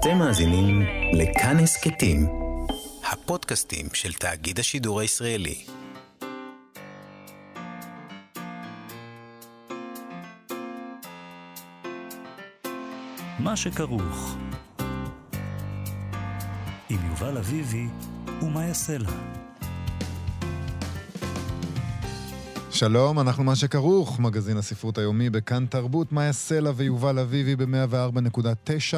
אתם מאזינים לכאן הסכתים, הפודקאסטים של תאגיד השידור הישראלי. מה שכרוך עם יובל אביבי ומה יעשה לה. שלום, אנחנו מה שכרוך, מגזין הספרות היומי בכאן תרבות, מה יעשה לה ויובל אביבי ב-104.9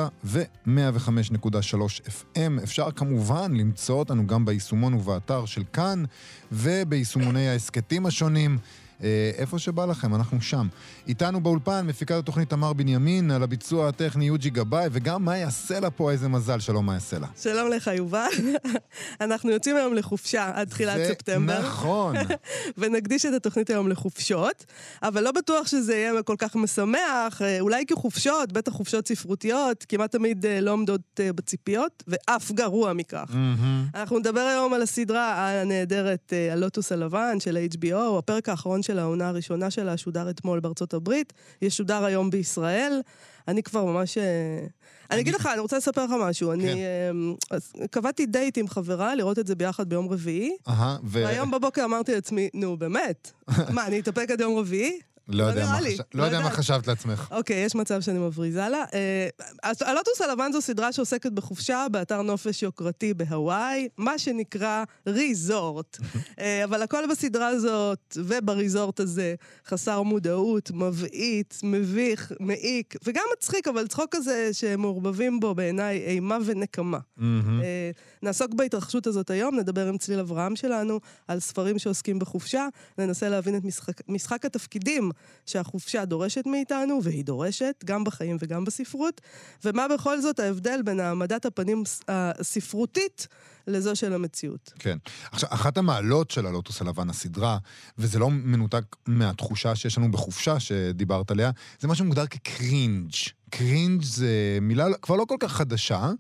ו-105.3 FM. אפשר כמובן למצוא אותנו גם ביישומון ובאתר של כאן וביישומוני ההסכתים השונים. איפה שבא לכם, אנחנו שם. איתנו באולפן מפיקת התוכנית תמר בנימין, על הביצוע הטכני יוג'י גבאי, וגם מה יעשה לה פה, איזה מזל. שלום, מה יעשה לה. שלום לך יובל. אנחנו יוצאים היום לחופשה עד תחילת ספטמבר. נכון. ונקדיש את התוכנית היום לחופשות, אבל לא בטוח שזה יהיה כל כך משמח, אולי כחופשות, בטח חופשות ספרותיות, כמעט תמיד לא עומדות בציפיות, ואף גרוע מכך. אנחנו נדבר היום על הסדרה הנהדרת הלוטוס הלבן של HBO, הפרק האחרון של העונה הראשונה שלה, שודר אתמול בארצות הברית, ישודר היום בישראל. אני כבר ממש... אני אגיד לך, אני רוצה לספר לך משהו. אני קבעתי דייט עם חברה, לראות את זה ביחד ביום רביעי, והיום בבוקר אמרתי לעצמי, נו, באמת? מה, אני אתאפק עד יום רביעי? לא יודע מה חשבת לעצמך. אוקיי, יש מצב שאני מבריזה לה. הלוטוס הלבן זו סדרה שעוסקת בחופשה באתר נופש יוקרתי בהוואי, מה שנקרא ריזורט. אבל הכל בסדרה הזאת ובריזורט הזה חסר מודעות, מבעית, מביך, מעיק, וגם מצחיק, אבל צחוק כזה שמעורבבים בו בעיניי אימה ונקמה. נעסוק בהתרחשות הזאת היום, נדבר עם צליל אברהם שלנו על ספרים שעוסקים בחופשה, ננסה להבין את משחק התפקידים שהחופשה דורשת מאיתנו, והיא דורשת, גם בחיים וגם בספרות, ומה בכל זאת ההבדל בין העמדת הפנים הספרותית לזו של המציאות. כן. עכשיו, אחת המעלות של הלוטוס הלבן הסדרה, וזה לא מנותק מהתחושה שיש לנו בחופשה שדיברת עליה, זה משהו מוגדר כקרינג'. קרינג' זה מילה כבר לא כל כך חדשה,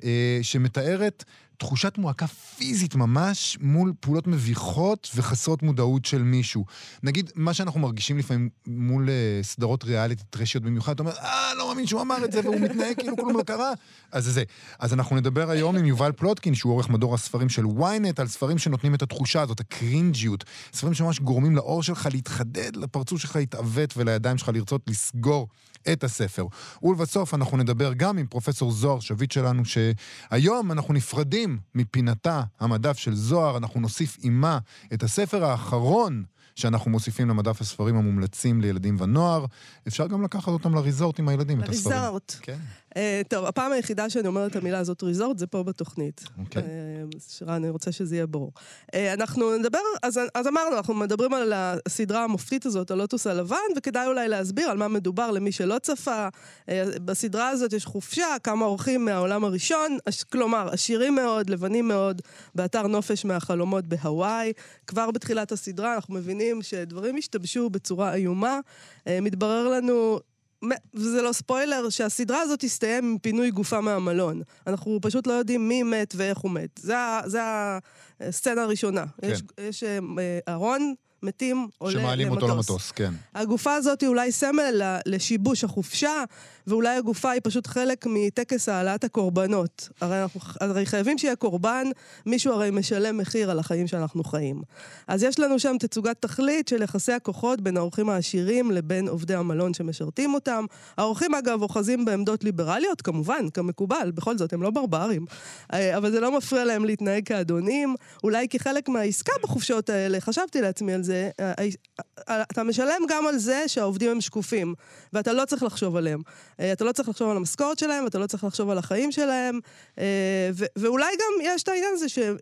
שמתארת תחושת מועקה פיזית ממש מול פעולות מביכות וחסרות מודעות של מישהו. נגיד, מה שאנחנו מרגישים לפעמים מול סדרות ריאליטי טרשיות במיוחד, אתה אומר, לא מאמין שהוא אמר את זה, והוא מתנהג כאילו כלום לא קרה. אז זה. אז אנחנו נדבר היום עם יובל פלוטקין, שהוא עורך מדור הספרים של ynet, על ספרים שנותנים את התחושה הזאת, הקרינג'יות. ספרים שממש גורמים לאור שלך להתחדד, לפרצוף שלך להתעוות, ולידיים שלך לרצות לסגור את הספר. ולבסוף אנחנו נדבר גם עם פרופסור זוהר שביט שלנו, שהיום אנחנו נפרדים מפינתה המדף של זוהר, אנחנו נוסיף עימה את הספר האחרון שאנחנו מוסיפים למדף הספרים המומלצים לילדים ונוער. אפשר גם לקחת אותם לריזורט עם הילדים, את הספרים. לריזורט. כן. טוב, הפעם היחידה שאני אומרת את המילה הזאת ריזורט, זה פה בתוכנית. אוקיי. שרן, אני רוצה שזה יהיה ברור. אנחנו נדבר, אז אמרנו, אנחנו מדברים על הסדרה המופתית הזאת, הלוטוס הלבן, וכדאי אולי להסביר על מה מדובר למי שלא צפה. בסדרה הזאת יש חופשה, כמה אורחים מהעולם הראשון, כלומר, עשירים מאוד, לבנים מאוד, באתר נופש מהחלומות בהוואי. כבר בתחילת הסדרה אנחנו מבינים שדברים השתבשו בצורה איומה. מתברר לנו, וזה לא ספוילר, שהסדרה הזאת תסתיים עם פינוי גופה מהמלון. אנחנו פשוט לא יודעים מי מת ואיך הוא מת. זה הסצנה הראשונה. כן. יש ארון מתים עולה למטוס. שמעלים אותו למטוס, כן. הגופה הזאת היא אולי סמל לשיבוש החופשה, ואולי הגופה היא פשוט חלק מטקס העלאת הקורבנות. הרי חייבים שיהיה קורבן, מישהו הרי משלם מחיר על החיים שאנחנו חיים. אז יש לנו שם תצוגת תכלית של יחסי הכוחות בין האורחים העשירים לבין עובדי המלון שמשרתים אותם. האורחים אגב אוחזים בעמדות ליברליות, כמובן, כמקובל, בכל זאת הם לא ברברים, אבל זה לא מפריע להם להתנהג כאדונים. אולי כחלק מהעסקה בחופשות האלה, חשבתי לעצמי על זה, אתה משלם גם על זה שהעובדים הם שקופים, ואתה לא צריך לחשוב עליהם. אתה לא צריך לחשוב על המשכורת שלהם, אתה לא צריך לחשוב על החיים שלהם, ואולי גם יש את העניין הזה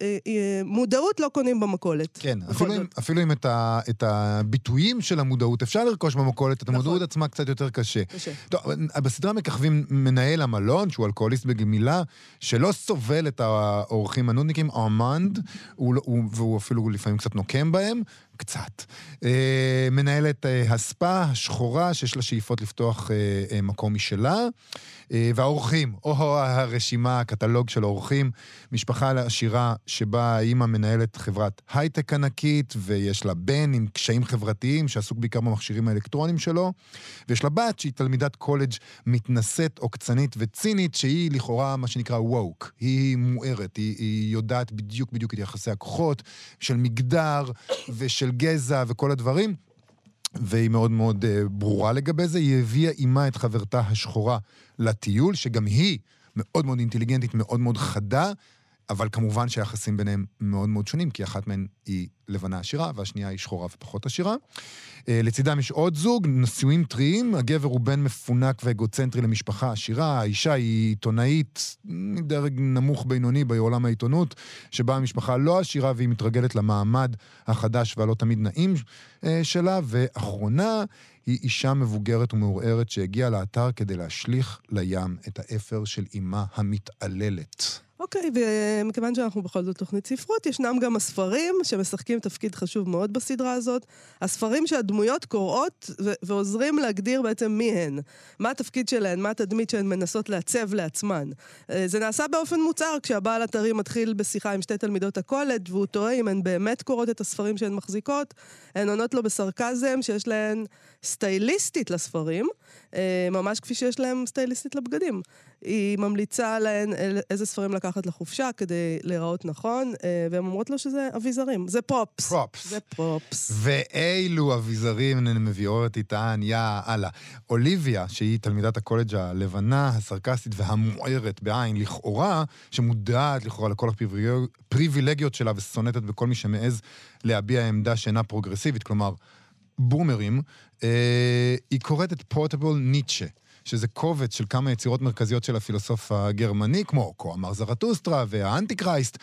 שמודעות לא קונים במקולת. כן, אפילו אם את הביטויים של המודעות אפשר לרכוש במקולת, את המודעות עצמה קצת יותר קשה. טוב, בסדרה מככבים מנהל המלון, שהוא אלכוהוליסט בגמילה, שלא סובל את האורחים הנודניקים, ארמנד, והוא אפילו לפעמים קצת נוקם בהם, קצת. מנהלת הספה השחורה, שיש לה שאיפות לפתוח מקום משלה, והאורחים, או הרשימה, הקטלוג של האורחים, משפחה עשירה שבה האמא מנהלת חברת הייטק ענקית, ויש לה בן עם קשיים חברתיים, שעסוק בעיקר במכשירים האלקטרונים שלו, ויש לה בת שהיא תלמידת קולג' מתנשאת, עוקצנית וצינית, שהיא לכאורה מה שנקרא ווק. היא מוארת, היא יודעת בדיוק את יחסי הכוחות, של מגדר ושל גזע וכל הדברים, והיא מאוד מאוד ברורה לגבי זה. היא הביאה אימה את חברתה השחורה לטיול, שגם היא מאוד מאוד אינטליגנטית, מאוד מאוד חדה, אבל כמובן שהיחסים ביניהם מאוד מאוד שונים, כי אחת מהן היא לבנה עשירה, והשנייה היא שחורה ופחות עשירה. לצידם יש עוד זוג, נשואים טריים, הגבר הוא בן מפונק ואגוצנטרי למשפחה עשירה, האישה היא עיתונאית, דרג נמוך בינוני בעולם העיתונות, שבה המשפחה לא עשירה והיא מתרגלת למעמד החדש והלא תמיד נעים שלה, ואחרונה היא אישה מבוגרת ומעורערת שהגיעה לאתר כדי להשליך לים את האפר של אימה המתעללת. אוקיי, ומכיוון שאנחנו בכל זאת תוכנית ספרות, ישנם גם הספרים שמשחקים תפקיד חשוב מאוד בסדרה הזאת. הספרים שהדמויות קוראות ועוזרים להגדיר בעצם מי הן. מה התפקיד שלהן, מה התדמית שהן מנסות לעצב לעצמן. זה נעשה באופן מוצר כשהבעל אתרי מתחיל בשיחה עם שתי תלמידות הקולג' והוא טועה אם הן באמת קוראות את הספרים שהן מחזיקות. הן עונות לו בסרקזם שיש להן סטייליסטית לספרים, ממש כפי שיש להן סטייליסטית לבגדים. היא ממליצה להן איזה ספרים לקחת לחופשה כדי להיראות נכון, והן אומרות לו שזה אביזרים. זה פרופס. זה פרופס. ואילו אביזרים מביאות איתן, יאללה. אוליביה, שהיא תלמידת הקולג' הלבנה, הסרקסטית והמוארת בעין לכאורה, שמודעת לכאורה לכל הפריבילגיות שלה וסונטת בכל מי שמעז להביע עמדה שאינה פרוגרסיבית, כלומר, בומרים, היא קוראת את פורטבל ניטשה, שזה קובץ של כמה יצירות מרכזיות של הפילוסוף הגרמני, כמו כה אמר זרטוסטרה והאנטיקרייסט,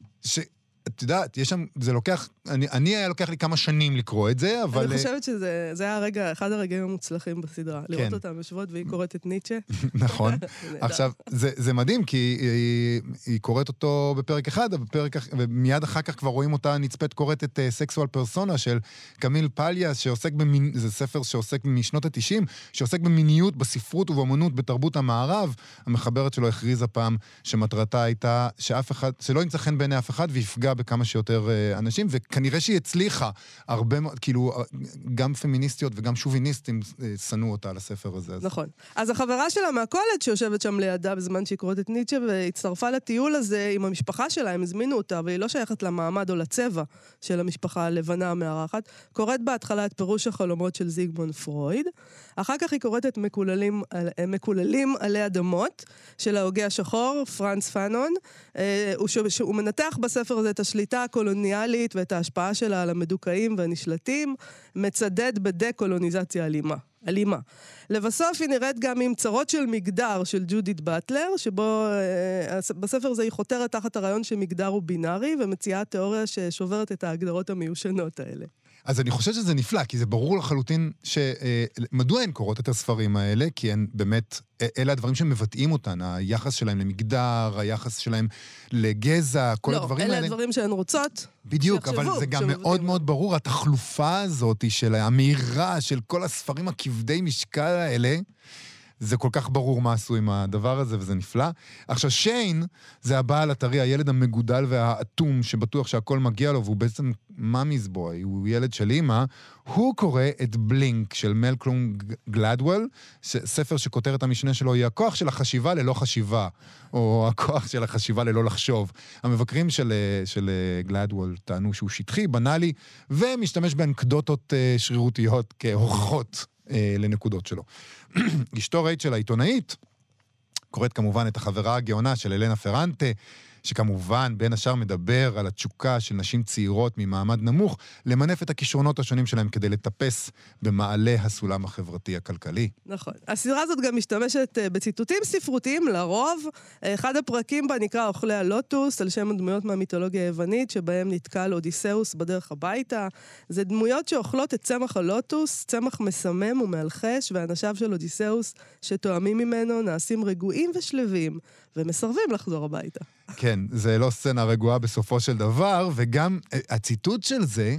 את יודעת, יש שם, זה לוקח, אני היה לוקח לי כמה שנים לקרוא את זה, אבל... אני חושבת שזה היה הרגע, אחד הרגעים המוצלחים בסדרה, לראות אותם יושבות והיא קוראת את ניטשה. נכון. עכשיו, זה מדהים, כי היא קוראת אותו בפרק אחד, ומיד אחר כך כבר רואים אותה נצפת קוראת את סקסואל פרסונה של קמיל פליאס, שעוסק זה ספר שעוסק משנות ה-90, שעוסק במיניות, בספרות ובאמנות, בתרבות המערב. המחברת שלו הכריזה פעם שמטרתה הייתה שאף אחד, שלא ימצא חן בעיני אף אחד, ויפגע בכמה שיותר אנשים, וכנראה שהיא הצליחה הרבה, כאילו, גם פמיניסטיות וגם שוביניסטים שנאו אותה על הספר הזה. נכון. אז החברה שלה מהקולג' שיושבת שם לידה בזמן שהיא קוראת את ניטשה, והצטרפה לטיול הזה עם המשפחה שלה, הם הזמינו אותה, והיא לא שייכת למעמד או לצבע של המשפחה הלבנה המארחת, קוראת בהתחלה את פירוש החלומות של זיגמונד פרויד, אחר כך היא קוראת את מקוללים עלי אדמות של ההוגה השחור, פרנץ פאנון, הוא מנתח בספר הזה את השליטה הקולוניאלית ואת ההשפעה שלה על המדוכאים והנשלטים, מצדד בדה-קולוניזציה אלימה. לבסוף היא נראית גם עם צרות של מגדר של ג'ודית באטלר, שבו בספר הזה היא חותרת תחת הרעיון שמגדר הוא בינארי, ומציעה תיאוריה ששוברת את ההגדרות המיושנות האלה. אז אני חושב שזה נפלא, כי זה ברור לחלוטין מדוע הן קוראות את הספרים האלה, כי הן באמת, אלה הדברים שמבטאים אותן, היחס שלהם למגדר, היחס שלהם לגזע, כל הדברים האלה. לא, אלה הדברים שהן רוצות. בדיוק, אבל זה גם מאוד מאוד ברור, התחלופה הזאת של המהירה של כל הספרים הכבדי משקל האלה, זה כל כך ברור מה עשו עם הדבר הזה, וזה נפלא. עכשיו, שיין זה הבעל הטרי, הילד המגודל והאטום, שבטוח שהכל מגיע לו, והוא בעצם מאמיז בוי, הוא ילד של אמא, הוא קורא את בלינק של מלקלום גלדוול, ספר שכותרת המשנה שלו היא הכוח של החשיבה ללא חשיבה, או הכוח של החשיבה ללא לחשוב. המבקרים של גלדוול טענו שהוא שטחי, בנאלי, ומשתמש באנקדוטות שרירותיות כהוכחות לנקודות שלו. אשתו רייצ'ל העיתונאית קוראת כמובן את החברה הגאונה של אלנה פרנטה, שכמובן בין השאר מדבר על התשוקה של נשים צעירות ממעמד נמוך, למנף את הכישרונות השונים שלהם כדי לטפס במעלה הסולם החברתי הכלכלי. נכון. הסדרה הזאת גם משתמשת בציטוטים ספרותיים לרוב. אחד הפרקים בה נקרא אוכלי הלוטוס, על שם הדמויות מהמיתולוגיה היוונית, שבהם נתקל אודיסאוס בדרך הביתה. זה דמויות שאוכלות את צמח הלוטוס, צמח מסמם ומלחש, ואנשיו של אודיסאוס שתואמים ממנו נעשים רגועים ושלווים, ומסרבים לחזור הביתה. כן, זה לא סצנה רגועה בסופו של דבר, וגם הציטוט של זה,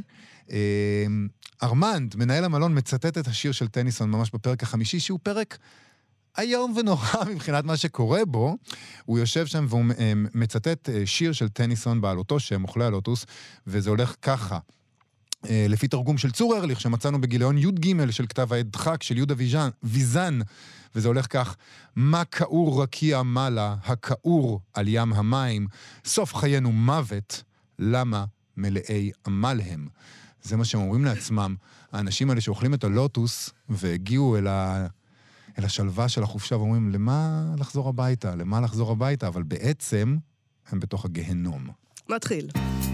ארמנד, מנהל המלון, מצטט את השיר של טניסון ממש בפרק החמישי, שהוא פרק איום ונורא מבחינת מה שקורה בו. הוא יושב שם והוא מצטט שיר של טניסון בעלותו, שהם אוכלי הלוטוס, וזה הולך ככה. לפי תרגום של צור ארליך, שמצאנו בגיליון י' של כתב העת דחק של יהודה ויזן, וזה הולך כך: מה כאור רקיע מעלה, הכאור על ים המים, סוף חיינו מוות, למה מלאי עמל הם? זה מה שהם אומרים לעצמם, האנשים האלה שאוכלים את הלוטוס, והגיעו אל השלווה של החופשה, ואומרים, למה לחזור הביתה? למה לחזור הביתה? אבל בעצם הם בתוך הגהנום. מתחיל.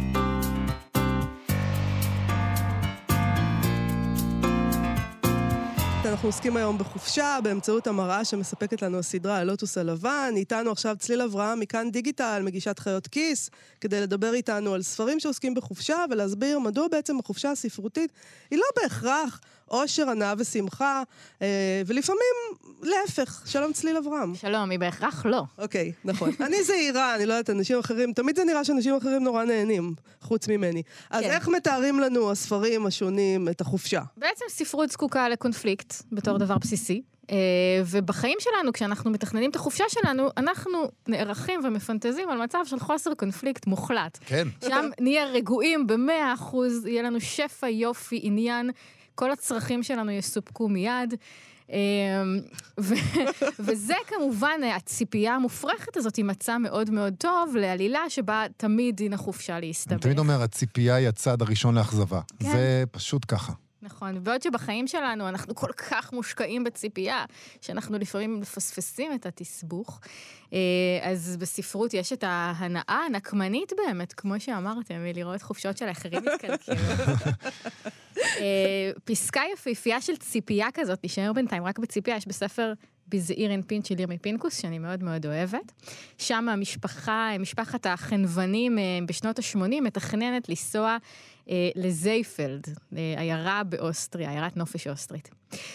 אנחנו עוסקים היום בחופשה, באמצעות המראה שמספקת לנו הסדרה הלוטוס הלבן. איתנו עכשיו צליל אברהם מכאן דיגיטל, מגישת חיות כיס, כדי לדבר איתנו על ספרים שעוסקים בחופשה, ולהסביר מדוע בעצם החופשה הספרותית היא לא בהכרח אושר, הנאה ושמחה, ולפעמים להפך. שלום צליל אברהם. שלום, היא בהכרח לא. אוקיי, נכון. אני זהירה, אני לא יודעת, אנשים אחרים, תמיד זה נראה שאנשים אחרים נורא נהנים, חוץ ממני. אז איך מתארים לנו הספרים השונים את החופשה? בעצם ספרות זקוקה לקונפליקט, בתור דבר בסיסי. ובחיים שלנו, כשאנחנו מתכננים את החופשה שלנו, אנחנו נערכים ומפנטזים על מצב של חוסר קונפליקט מוחלט. כן. שם נהיה רגועים ב100%, יהיה לנו שפע, יופי, עניין, כל הצרכים שלנו יסופקו מיד. וזה כמובן, הציפייה המופרכת הזאת היא מצע מאוד מאוד טוב לעלילה שבה תמיד דין החופשה להסתבך. אני תמיד אומר, הציפייה היא הצעד הראשון לאכזבה. כן. זה פשוט ככה. נכון, בעוד שבחיים שלנו אנחנו כל כך מושקעים בציפייה, שאנחנו לפעמים מפספסים את התסבוך. אז בספרות יש את ההנאה הנקמנית באמת, כמו שאמרתם, לראות חופשות של האחרים מתקלקלים. פסקה יפיפייה של ציפייה כזאת, נשאר בינתיים רק בציפייה, יש בספר בזעיר אנפין של ירמי פינקוס, שאני מאוד מאוד אוהבת. שם משפחת החנוונים בשנות ה-80 מתכננת לנסוע לזייפלד, עיירה באוסטריה, עיירת נופש אוסטרית.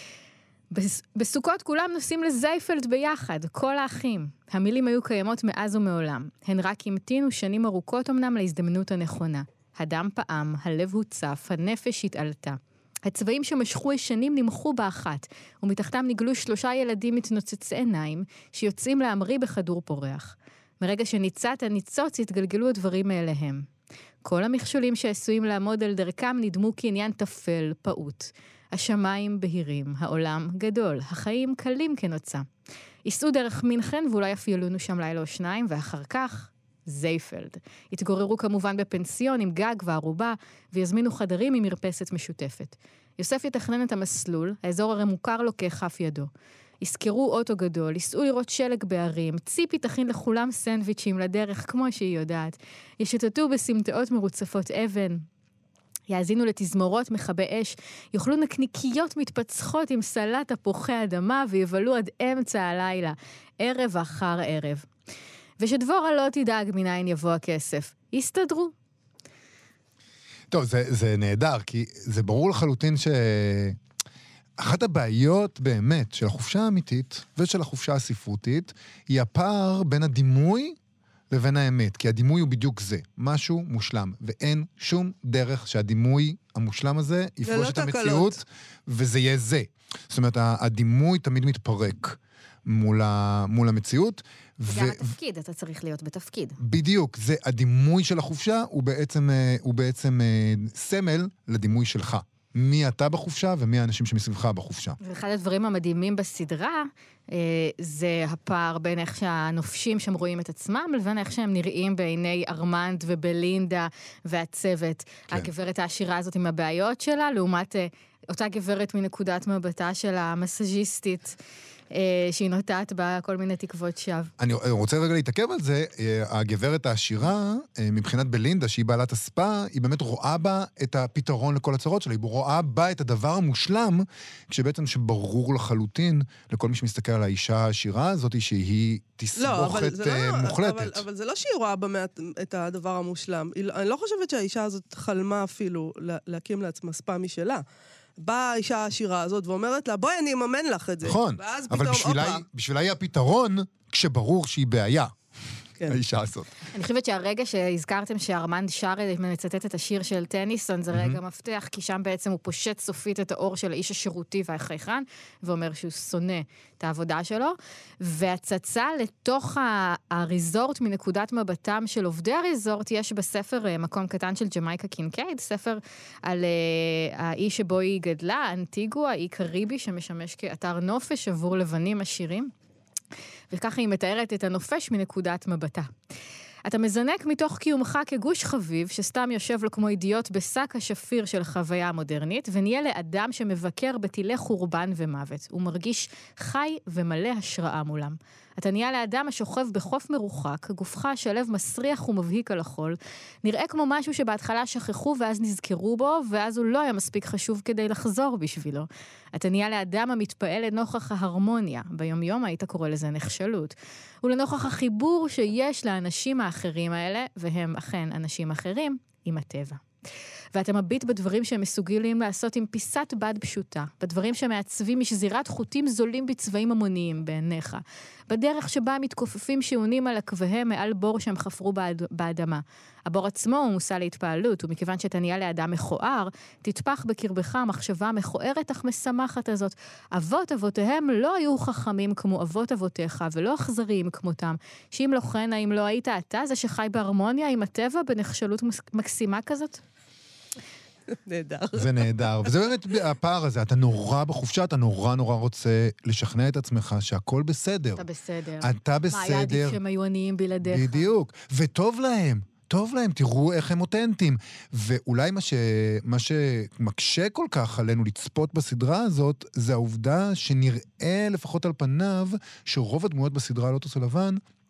בסוכות כולם נוסעים לזייפלד ביחד, כל האחים. המילים היו קיימות מאז ומעולם. הן רק המתינו שנים ארוכות אמנם להזדמנות הנכונה. הדם פעם, הלב הוצף, הנפש התעלתה. הצבעים שמשכו השנים נמחו באחת, ומתחתם נגלו 3 ילדים מתנוצצי עיניים, שיוצאים להמריא בכדור פורח. מרגע שניצת הניצוץ התגלגלו הדברים מאליהם. כל המכשולים שעשויים לעמוד על דרכם נדמו כעניין תפל, פעוט. השמיים בהירים, העולם גדול, החיים קלים כנוצה. ייסעו דרך מינכן ואולי אפילו שם לילה או 2, ואחר כך זייפלד. התגוררו כמובן בפנסיון עם גג וערובה, ויזמינו חדרים עם מרפסת משותפת. יוסף יתכנן את המסלול, האזור הרי מוכר לו ככף ידו. יזכרו אוטו גדול, ייסעו לראות שלג בערים, ציפי תכין לכולם סנדוויצ'ים לדרך כמו שהיא יודעת. ישתתו בסמטאות מרוצפות אבן. יאזינו לתזמורות מכבי אש, יאכלו נקניקיות מתפצחות עם סלט תפוחי אדמה, ויבלו עד אמצע הלילה, ערב אחר ערב. ושדבורה לא תדאג מניין יבוא הכסף. יסתדרו. טוב, זה נהדר, כי זה ברור לחלוטין אחת הבעיות באמת של החופשה האמיתית ושל החופשה הספרותית היא הפער בין הדימוי לבין האמת, כי הדימוי הוא בדיוק זה, משהו מושלם, ואין שום דרך שהדימוי המושלם הזה יפרוש את המציאות, וזה יהיה זה. זאת אומרת, הדימוי תמיד מתפרק מול המציאות. גם התפקיד, אתה צריך להיות בתפקיד. בדיוק, זה הדימוי של החופשה, הוא בעצם סמל לדימוי שלך. מי אתה בחופשה ומי האנשים שמסביבך בחופשה. ואחד הדברים המדהימים בסדרה, זה הפער בין איך שהנופשים שם רואים את עצמם, לבין איך שהם נראים בעיני ארמנד ובלינדה והצוות. כן. הגברת העשירה הזאת עם הבעיות שלה, לעומת אותה גברת מנקודת מבטה של המסאז'יסטית, שהיא נוטעת בה כל מיני תקוות שווא. אני רוצה רגע להתעכב על זה, הגברת העשירה, מבחינת בלינדה, שהיא בעלת הספה, היא באמת רואה בה את הפתרון לכל הצרות שלה, היא רואה בה את הדבר המושלם, כשבעצם שברור לחלוטין, לכל מי שמסתכל על האישה העשירה הזאת, שהיא תסבוכת מוחלטת. אבל זה לא שהיא רואה בה את הדבר המושלם. אני לא חושבת שהאישה הזאת חלמה אפילו להקים לעצמה ספה משלה. באה האישה העשירה הזאת ואומרת לה, בואי אני אממן לך את זה. נכון, אבל בשבילה היא הפתרון כשברור שהיא בעיה. כן. האישה הזאת. אני חושבת שהרגע שהזכרתם שארמנד שר מצטט את השיר של טניסון, זה רגע מפתח, כי שם בעצם הוא פושט סופית את האור של האיש השירותי והחייכן, ואומר שהוא שונא את העבודה שלו, והצצה לתוך הריזורט מנקודת מבטם של עובדי הריזורט, יש בספר מקום קטן של ג'מייקה קינקייד, ספר על האי שבו היא גדלה, אנטיגואה, אי קריבי שמשמש כאתר נופש עבור לבנים עשירים. וככה היא מתארת את הנופש מנקודת מבטה. אתה מזנק מתוך קיומך כגוש חביב, שסתם יושב לו כמו אידיוט בשק השפיר של החוויה המודרנית, ונהיה לאדם שמבקר בטילי חורבן ומוות. הוא מרגיש חי ומלא השראה מולם. אתה נהיה לאדם השוכב בחוף מרוחק, גופך השלב מסריח ומבהיק על החול, נראה כמו משהו שבהתחלה שכחו ואז נזכרו בו, ואז הוא לא היה מספיק חשוב כדי לחזור בשבילו. אתה נהיה לאדם המתפעל לנוכח ההרמוניה, ביום היית קורא לזה נחשלות, ולנוכח החיבור שיש לאנשים האחרים האלה, והם אכן אנשים אחרים, עם הטבע. ואתה מביט בדברים שהם מסוגלים לעשות עם פיסת בד פשוטה, בדברים שמעצבים משזירת חוטים זולים בצבעים המוניים בעיניך, בדרך שבה מתכופפים שעונים על עקביהם מעל בור שהם חפרו באדמה. הבור עצמו הוא מושא להתפעלות, ומכיוון שאתה נהיה לאדם מכוער, תטפח בקרבך המחשבה המכוערת אך משמחת הזאת. אבות אבותיהם לא היו חכמים כמו אבות אבותיך, ולא אכזריים כמותם, שאם לא כן, האם לא היית אתה זה שחי בהרמוניה עם הטבע בנחשלות מקסימה כזאת? נהדר. זה נהדר, וזה באמת הפער הזה, אתה נורא בחופשה, אתה נורא רוצה לשכנע את עצמך שהכל בסדר. אתה בסדר. אתה בסדר. מה היה עדיף שהם היו עניים בלעדיך? בדיוק, וטוב להם. טוב להם, תראו איך הם אותנטיים. ואולי מה שמקשה כל כך עלינו לצפות בסדרה הזאת, זה העובדה שנראה לפחות על פניו, שרוב הדמויות בסדרה לוטוס הלבן,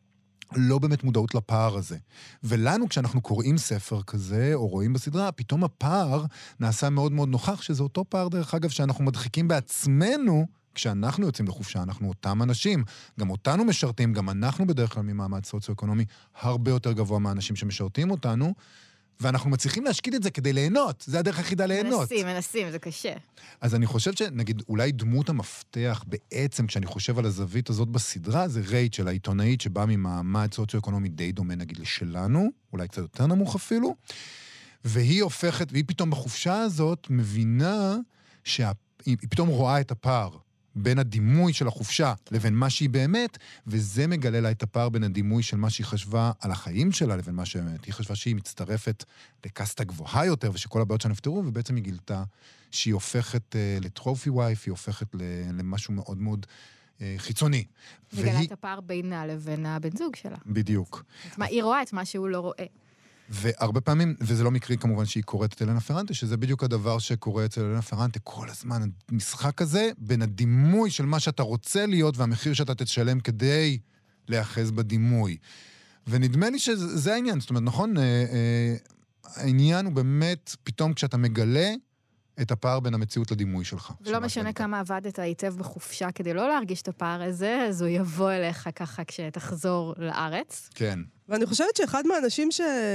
לא באמת מודעות לפער הזה. ולנו, כשאנחנו קוראים ספר כזה, או רואים בסדרה, פתאום הפער נעשה מאוד מאוד נוכח, שזה אותו פער, דרך אגב, שאנחנו מדחיקים בעצמנו, כשאנחנו יוצאים לחופשה, אנחנו אותם אנשים. גם אותנו משרתים, גם אנחנו בדרך כלל ממעמד סוציו-אקונומי, הרבה יותר גבוה מהאנשים שמשרתים אותנו, ואנחנו מצליחים להשקיד את זה כדי ליהנות. זה הדרך היחידה ליהנות. מנסים, זה קשה. אז אני חושב שנגיד, אולי דמות המפתח בעצם, כשאני חושב על הזווית הזאת בסדרה, זה רייצ'ל, העיתונאית שבאה ממעמד סוציו-אקונומי די דומה, נגיד, לשלנו, אולי קצת יותר נמוך אפילו, והיא הופכת, והיא פתאום בחופשה הזאת מבינה שהיא פתאום רואה את הפער בין הדימוי של החופשה לבין מה שהיא באמת, וזה מגלה לה את הפער בין הדימוי של מה שהיא חשבה על החיים שלה לבין מה שבאמת. היא חשבה שהיא מצטרפת לקסטה גבוהה יותר, ושכל הבעיות שנפטרו, ובעצם היא גילתה שהיא הופכת לטרופי וייף, היא הופכת למשהו מאוד מאוד חיצוני. מגלה את הפער בינה לבין הבן זוג שלה. בדיוק. היא רואה את מה שהוא לא רואה. והרבה פעמים, וזה לא מקרי כמובן שהיא קוראת את אלנה פרנטה, שזה בדיוק הדבר שקורה אצל אלנה פרנטה כל הזמן, המשחק הזה, בין הדימוי של מה שאתה רוצה להיות, והמחיר שאתה תשלם כדי להיאחז בדימוי. ונדמה לי שזה העניין, זאת אומרת, נכון, העניין הוא באמת, פתאום כשאתה מגלה את הפער בין המציאות לדימוי שלך. ולא משנה כמה עבדת היטב בחופשה, כדי לא להרגיש את הפער הזה, אז הוא יבוא אליך ככה כשתחזור לארץ. כן. ואני חושבת שאחד מהאנשים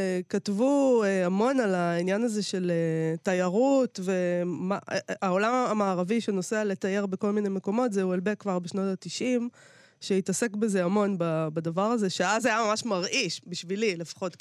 שכתבו המון על העניין הזה של תיירות, והעולם המערבי שנוסע לתייר בכל מיני מקומות, זה וולבק כבר בשנות ה-90, שהתעסק בזה המון בדבר הזה, שאז היה ממש מרעיש, בשבילי, לפחות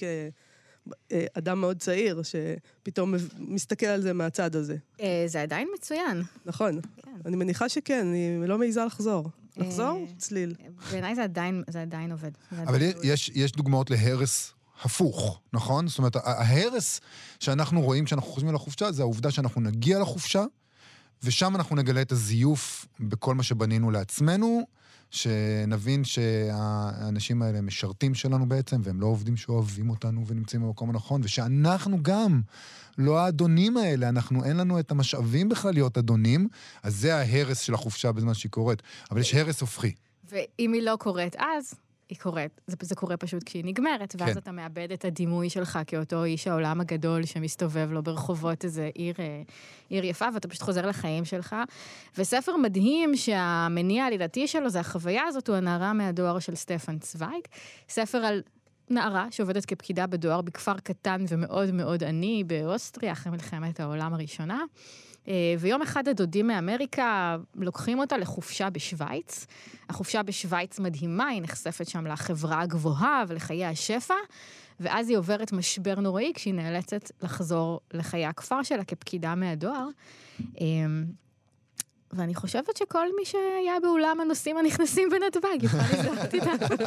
כאדם מאוד צעיר, שפתאום מסתכל על זה מהצד הזה. זה עדיין מצוין. נכון. אני מניחה שכן, אני לא מעיזה לחזור. לחזור? צליל. בעיניי זה עדיין עובד. אבל יש דוגמאות להרס הפוך, נכון? זאת אומרת, ההרס שאנחנו רואים כשאנחנו חושבים על החופשה, זה העובדה שאנחנו נגיע לחופשה, ושם אנחנו נגלה את הזיוף בכל מה שבנינו לעצמנו, שנבין שהאנשים האלה משרתים שלנו בעצם, והם לא עובדים שאוהבים אותנו ונמצאים במקום הנכון, ושאנחנו גם לא האדונים האלה, אין לנו את המשאבים בכלל להיות אדונים, אז זה ההרס של החופשה בזמן שהיא קורית. אבל יש הרס הופכי. ואם היא לא קורית אז, היא קורית. זה קורה פשוט כשהיא נגמרת, ואז אתה מאבד את הדימוי שלך כאותו איש העולם הגדול שמסתובב לו ברחובות איזה עיר יפה, ואתה פשוט חוזר לחיים שלך. וספר מדהים שהמניע העלילתי שלו, זה החוויה הזאת, הוא הנערה מהדואר של סטפן צוויג. ספר על נערה שעובדת כפקידה בדואר בכפר קטן ומאוד מאוד עני באוסטריה, אחרי מלחמת העולם הראשונה. ויום אחד הדודים מאמריקה לוקחים אותה לחופשה בשוויץ. החופשה בשוויץ מדהימה, היא נחשפת שם לחברה הגבוהה ולחיי השפע, ואז היא עוברת משבר נוראי כשהיא נאלצת לחזור לחיי הכפר שלה כפקידה מהדואר. ואני חושבת שכל מי שהיה באולם הנוסעים הנכנסים בנתב"ג יוכל לזהות איתה.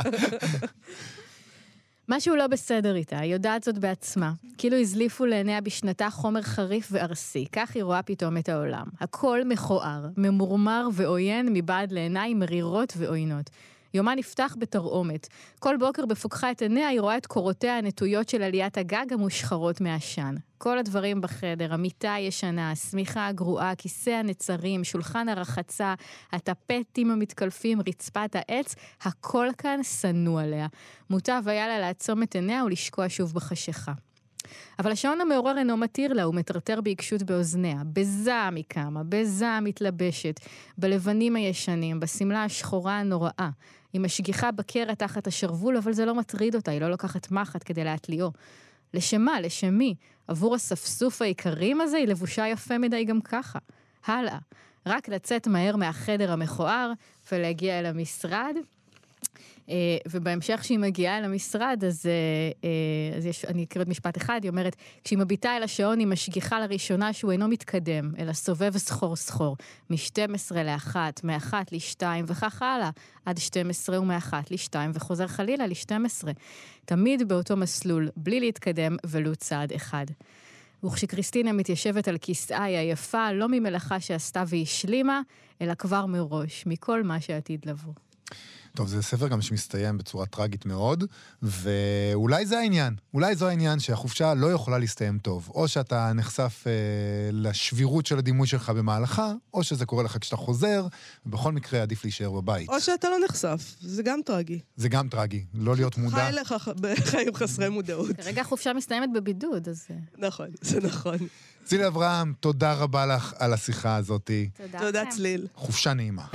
משהו לא בסדר איתה, היא יודעת זאת בעצמה. כאילו הזליפו לעיניה בשנתה חומר חריף וארסי, כך היא רואה פתאום את העולם. הכל מכוער, ממורמר ועוין מבעד לעיניים מרירות ועוינות. יומה נפתח בתרעומת. כל בוקר בפוקחה את עיניה היא רואה את קורותיה הנטויות של עליית הגג המושחרות מהשן. כל הדברים בחדר, המיטה הישנה, השמיכה הגרועה, כיסא הנצרים, שולחן הרחצה, הטפטים המתקלפים, רצפת העץ, הכל כאן סנו עליה. מוטב היה לה לעצום את עיניה ולשקוע שוב בחשיכה. אבל השעון המעורר אינו מתיר לה, הוא מטרטר בעיקשות באוזניה. בזעם היא קמה, בזעם מתלבשת, בלבנים הישנים, בסמלה השחורה הנוראה. היא משגיחה בקרה תחת השרוול, אבל זה לא מטריד אותה, היא לא לוקחת מחט כדי להתליאו. לשמה, לשמי, עבור הספסוף העיקרים הזה, היא לבושה יפה מדי גם ככה. הלאה, רק לצאת מהר מהחדר המכוער ולהגיע אל המשרד. ובהמשך שהיא מגיעה אל המשרד, אז אני אקריא עוד משפט אחד, היא אומרת, כשהיא מביטה אל השעון, היא משגיחה לראשונה שהוא אינו מתקדם, אלא סובב סחור סחור, מ-12 ל-1, מ-1 ל-2, וכך הלאה, עד 12 ומ-1 ל-2, וחוזר חלילה ל-12. תמיד באותו מסלול, בלי להתקדם ולו צעד אחד. וכשקריסטינה מתיישבת על כיסאה היא היפה, לא ממלאכה שעשתה והשלימה, אלא כבר מראש, מכל מה שעתיד לבוא. טוב, זה ספר גם שמסתיים בצורה טרגית מאוד, ואולי זה העניין. אולי זו העניין שהחופשה לא יכולה להסתיים טוב. או שאתה נחשף לשבירות של הדימוי שלך במהלכה, או שזה קורה לך כשאתה חוזר, ובכל מקרה עדיף להישאר בבית. או שאתה לא נחשף, זה גם טרגי. זה גם טרגי, לא להיות מודע. חי לך בחיים חסרי מודעות. כרגע החופשה מסתיימת בבידוד, אז... נכון, זה נכון. צילי אברהם, תודה רבה לך על השיחה הזאת. תודה צליל. חופשה נעימה.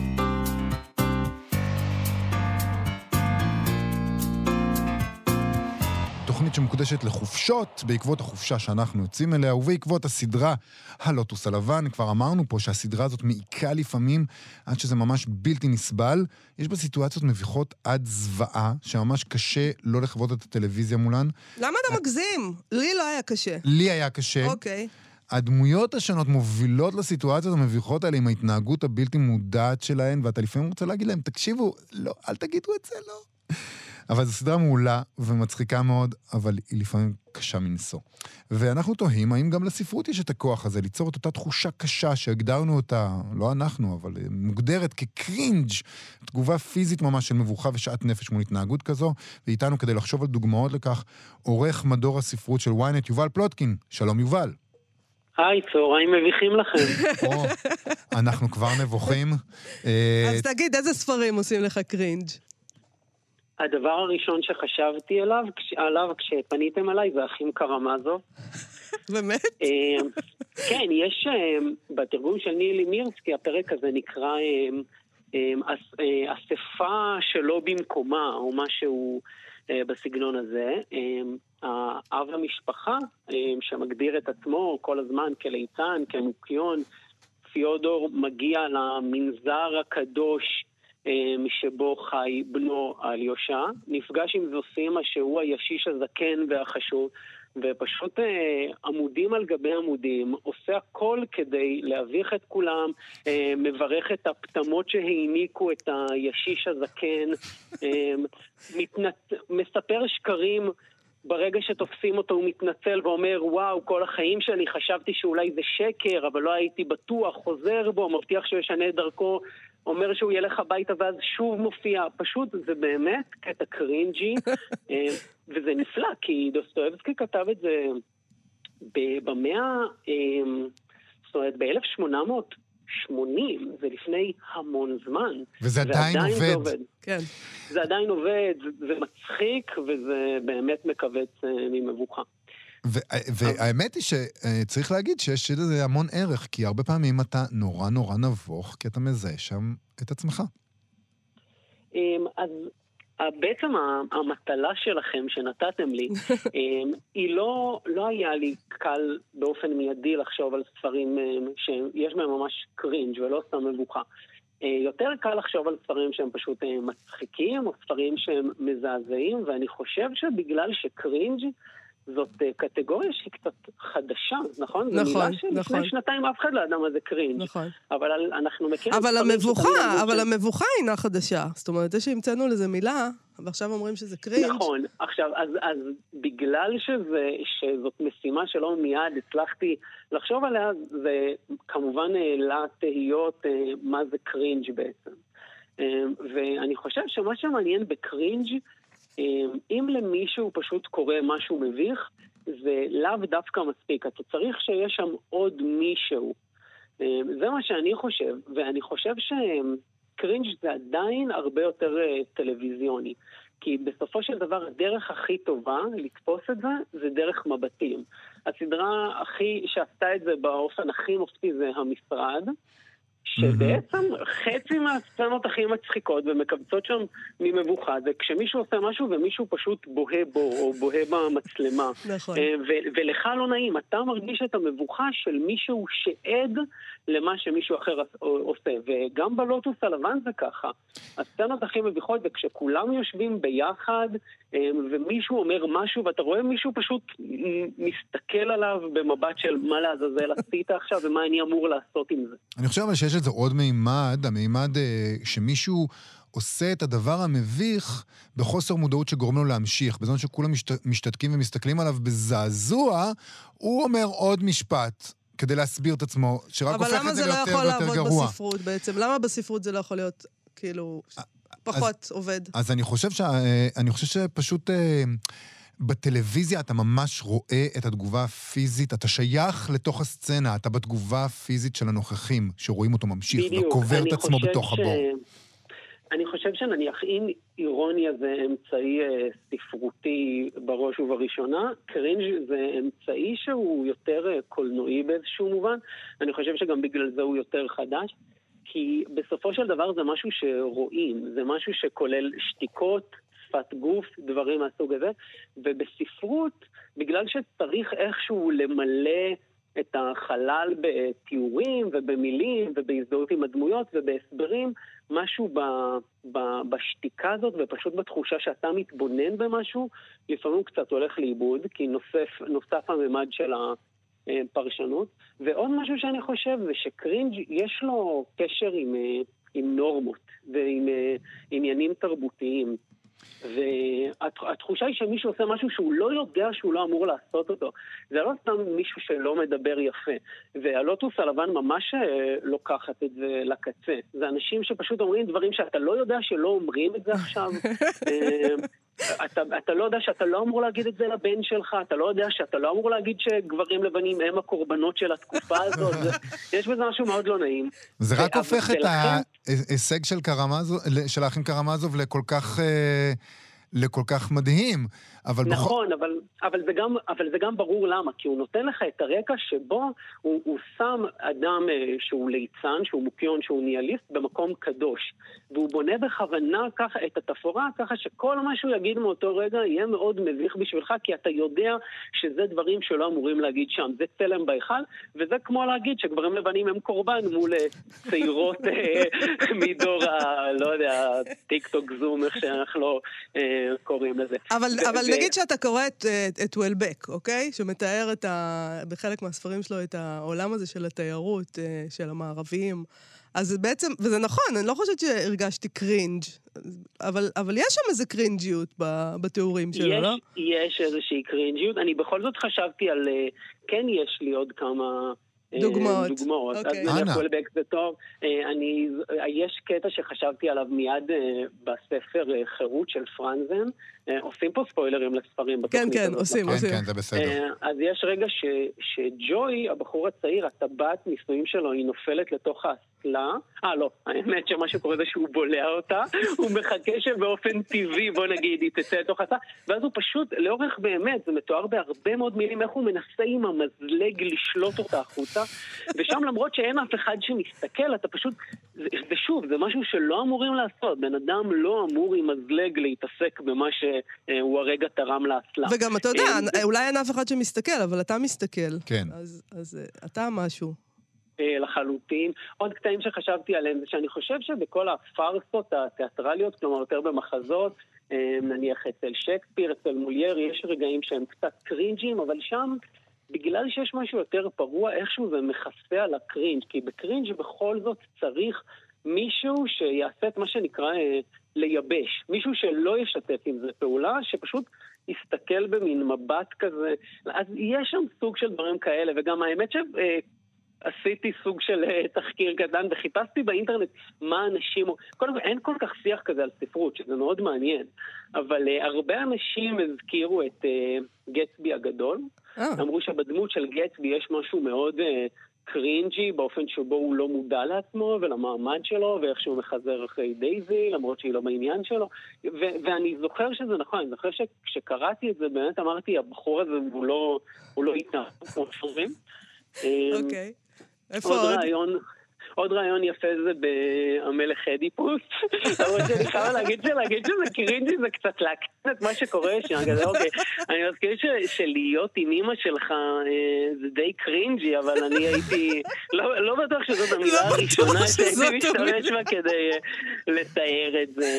תוכנית שמקודשת לחופשות, בעקבות החופשה שאנחנו יוצאים אליה, ובעקבות הסדרה הלוטוס הלבן. כבר אמרנו פה שהסדרה הזאת מעיקה לפעמים, עד שזה ממש בלתי נסבל. יש בה סיטואציות מביכות עד זוועה, שממש קשה לא לחוות את הטלוויזיה מולן. למה אתה מגזים? לי לא היה קשה. לי היה קשה. אוקיי. הדמויות השונות מובילות לסיטואציות המביכות האלה עם ההתנהגות הבלתי מודעת שלהן, ואתה לפעמים רוצה להגיד להם, תקשיבו, לא, אל תגידו את זה, לא. אבל זו סדרה מעולה ומצחיקה מאוד, אבל היא לפעמים קשה מנשוא. ואנחנו תוהים, האם גם לספרות יש את הכוח הזה, ליצור את אותה תחושה קשה שהגדרנו אותה, לא אנחנו, אבל מוגדרת כקרינג', תגובה פיזית ממש של מבוכה ושעת נפש מול התנהגות כזו, ואיתנו כדי לחשוב על דוגמאות לכך, עורך מדור הספרות של ynet, יובל פלוטקין. שלום יובל. היי, צהריים מביכים לכם. אנחנו כבר נבוכים. אז תגיד, איזה ספרים עושים לך קרינג'? הדבר הראשון שחשבתי עליו כשפניתם עליי זה אחים קרמזוב. באמת? כן, יש בתרגום של נילי מירסקי, הפרק הזה נקרא אספה שלא במקומה, או משהו בסגנון הזה. האב המשפחה שמגדיר את עצמו כל הזמן כליצן, כמוקיון, פיודור מגיע למנזר הקדוש משבו חי בנו אליושע, נפגש עם זוסימה שהוא הישיש הזקן והחשוב, ופשוט עמודים על גבי עמודים, עושה הכל כדי להביך את כולם, מברך את הפתמות שהעניקו את הישיש הזקן, מספר שקרים, ברגע שתופסים אותו הוא מתנצל ואומר, וואו, כל החיים שלי חשבתי שאולי זה שקר, אבל לא הייתי בטוח, חוזר בו, מבטיח שהוא ישנה את דרכו, אומר שהוא ילך הביתה ואז שוב מופיע. פשוט זה באמת קטע קרינג'י, וזה נפלא, כי דוסטויבסקי כתב את זה במאה, זאת אומרת, ב-1880, זה לפני המון זמן. וזה עדיין עובד. כן. זה עדיין עובד, זה מצחיק, וזה באמת מקבץ ממבוכה. והאמת היא שצריך להגיד שיש לזה המון ערך, כי הרבה פעמים אתה נורא נורא נבוך, כי אתה מזהה שם את עצמך. אז בעצם המטלה שלכם שנתתם לי, היא לא היה לי קל באופן מיידי לחשוב על ספרים שיש בהם ממש קרינג' ולא סתם מבוכה. יותר קל לחשוב על ספרים שהם פשוט מצחיקים, או ספרים שהם מזעזעים, ואני חושב שבגלל שקרינג' זאת קטגוריה שהיא קצת חדשה, נכון? נכון, זו מילה שלפני שנתיים אף אחד לא ידע מה זה קרינג'. נכון. אבל אנחנו מכירים... אבל המבוכה אינה חדשה. זאת אומרת, זה שהמצאנו לזה מילה, ועכשיו אומרים שזה קרינג'. נכון. עכשיו, אז בגלל שזאת משימה שלא מיד הצלחתי לחשוב עליה, זה כמובן העלה תהיות מה זה קרינג' בעצם. ואני חושב שמה שמעניין בקרינג', אם למישהו פשוט קורה משהו מביך, זה לאו דווקא מספיק. אתה צריך שיש שם עוד מישהו. זה מה שאני חושב, ואני חושב שקרינג' זה עדיין הרבה יותר טלוויזיוני. כי בסופו של דבר הדרך הכי טובה לתפוס את זה, זה דרך מבטים. הסדרה שעשתה את זה באופן הכי מופתי זה המשרד, שבעצם חצי מהסצנות הכי מצחיקות ומקבצות שם ממבוכה, זה כשמישהו עושה משהו ומישהו פשוט בוהה בו או בוהה במצלמה. נכון. ולך לא נעים, אתה מרגיש את המבוכה של מישהו שעד למה שמישהו אחר עושה. וגם בלוטוס הלבן זה ככה. הסצנות הכי מביכות זה כשכולם יושבים ביחד ומישהו אומר משהו ואתה רואה מישהו פשוט מסתכל עליו במבט של מה לעזאזל עשית עכשיו ומה אני אמור לעשות עם זה. אני חושב אבל שיש לזה עוד מימד, המימד שמישהו עושה את הדבר המביך בחוסר מודעות שגורם לו להמשיך. בזמן שכולם משתתקים ומסתכלים עליו בזעזוע, הוא אומר עוד משפט כדי להסביר את עצמו, שרק הופך את זה ליותר ויותר גרוע. אבל למה זה לא יכול לעבוד בספרות בעצם? למה בספרות זה לא יכול להיות כאילו פחות עובד? אז אני חושב שפשוט בטלוויזיה אתה ממש רואה את התגובה הפיזית, אתה שייך לתוך הסצנה, אתה בתגובה הפיזית של הנוכחים, שרואים אותו ממשיך וקובר את עצמו בתוך הבור. אני חושב שנניח אם אירוניה זה אמצעי ספרותי בראש ובראשונה, קרינג' זה אמצעי שהוא יותר קולנועי באיזשהו מובן. אני חושב שגם בגלל זה הוא יותר חדש, כי בסופו של דבר זה משהו שרואים, זה משהו שכולל שתיקות, שפת גוף, דברים מהסוג הזה, ובספרות, בגלל שצריך איכשהו למלא את החלל בתיאורים ובמילים ובהזדהות עם הדמויות ובהסברים, משהו בשתיקה הזאת ופשוט בתחושה שאתה מתבונן במשהו, לפעמים קצת הולך לאיבוד, כי נוסף הממד של הפרשנות. ועוד משהו שאני חושב זה שקרינג' יש לו קשר עם נורמות ועם עניינים תרבותיים. והתחושה היא שמישהו עושה משהו שהוא לא יודע שהוא לא אמור לעשות אותו. זה לא סתם מישהו שלא מדבר יפה. והלוטוס הלבן ממש לוקחת את זה לקצה. זה אנשים שפשוט אומרים דברים שאתה לא יודע שלא אומרים את זה עכשיו. אתה לא יודע שאתה לא אמור להגיד את זה לבן שלך, אתה לא יודע שאתה לא אמור להגיד שגברים לבנים הם הקורבנות של התקופה הזאת. יש בזה משהו מאוד לא נעים. זה רק הופך את ההישג של האחים קרמזוב לכל כך מדהים. נכון, אבל זה גם ברור למה, כי הוא נותן לך את הרקע שבו הוא שם אדם שהוא ליצן, שהוא מוקיון, שהוא ניאליסט במקום קדוש, והוא בונה בכוונה ככה את התפאורה, ככה שכל מה שהוא יגיד מאותו רגע יהיה מאוד מביך בשבילך, כי אתה יודע שזה דברים שלא אמורים להגיד שם, זה צלם בהיכל, וזה כמו להגיד שגברים לבנים הם קורבן מול צעירות מדור לא יודע, טיק טוק זום, איך שאנחנו לא קוראים לזה. אבל נגיד שאתה קורא את וולבק, אוקיי? שמתאר בחלק מהספרים שלו את העולם הזה של התיירות, של המערביים. אז בעצם, וזה נכון, אני לא חושבת שהרגשתי קרינג', אבל יש שם איזה קרינג'יות בתיאורים שלו, לא? יש איזושהי קרינג'יות. אני בכל זאת חשבתי על, כן יש לי עוד כמה דוגמאות. אז נלך וולבק זה טוב. יש קטע שחשבתי עליו מיד בספר חירות של פרנזן. עושים פה ספוילרים לספרים בתוכנית. כן, עושים. כן, זה בסדר. אז יש רגע שג'וי, הבחור הצעיר, הטבעת נישואים שלו, היא נופלת לתוך האסלה. לא, האמת שמה שקורה זה שהוא בולע אותה. הוא מחכה שבאופן טבעי, בוא נגיד, היא תצא לתוך האסלה. ואז הוא פשוט, לאורך באמת, זה מתואר בהרבה מאוד מילים, איך הוא מנסה עם המזלג לשלוט אותה החוצה. ושם למרות שאין אף אחד שמסתכל, אתה פשוט, ושוב, זה משהו שלא אמורים לעשות. בן אדם לא אמור עם מזלג להתעסק במה שהוא הרגע תרם לאסלה. וגם אתה יודע, אולי אין אף אחד שמסתכל, אבל אתה מסתכל. כן. אז אתה משהו. לחלוטין. עוד קטעים שחשבתי עליהם, זה שאני חושב שבכל הפרסות התיאטרליות, כלומר יותר במחזות, נניח אצל שייקספיר, אצל מולייר, יש רגעים שהם קצת קרינג'ים, אבל שם, בגלל שיש משהו יותר פרוע, איכשהו זה מכסה על הקרינג', כי בקרינג' בכל זאת צריך מישהו שיעשה את מה שנקרא לייבש. מישהו שלא ישתף עם זה פעולה, שפשוט יסתכל במין מבט כזה. אז יש שם סוג של דברים כאלה, וגם האמת עשיתי סוג של תחקיר קטן, וחיפשתי באינטרנט מה אנשים... קודם כל, אין כל כך שיח כזה על ספרות, שזה מאוד מעניין, אבל הרבה אנשים הזכירו את גטסבי הגדול. אמרו שבדמות של גטסבי יש משהו מאוד קרינג'י, באופן שבו הוא לא מודע לעצמו ולמעמד שלו, ואיך שהוא מחזר אחרי דייזי, למרות שהיא לא בעניין שלו. ואני זוכר שזה נכון, אני זוכר שכשקראתי את זה, באמת אמרתי, הבחור הזה הוא לא איתה, כמו שחורים. אוקיי. איפה עוד רעיון יפה זה במלך אדיפוס. אבל שאני חייבה להגיד שזה קרינג'י, זה קצת להקטין את מה שקורה שם. אוקיי, אני מזכיר שלהיות עם אמא שלך זה די קרינג'י, אבל אני הייתי... לא בטוח שזאת המילה הראשונה שהייתי משתמש בה כדי לתאר את זה.